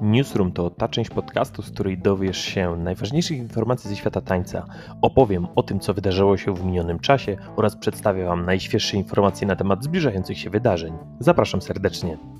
Newsroom to ta część podcastu, z której dowiesz się najważniejszych informacji ze świata tańca. Opowiem o tym, co wydarzyło się w minionym czasie oraz przedstawię Wam najświeższe informacje na temat zbliżających się wydarzeń. Zapraszam serdecznie.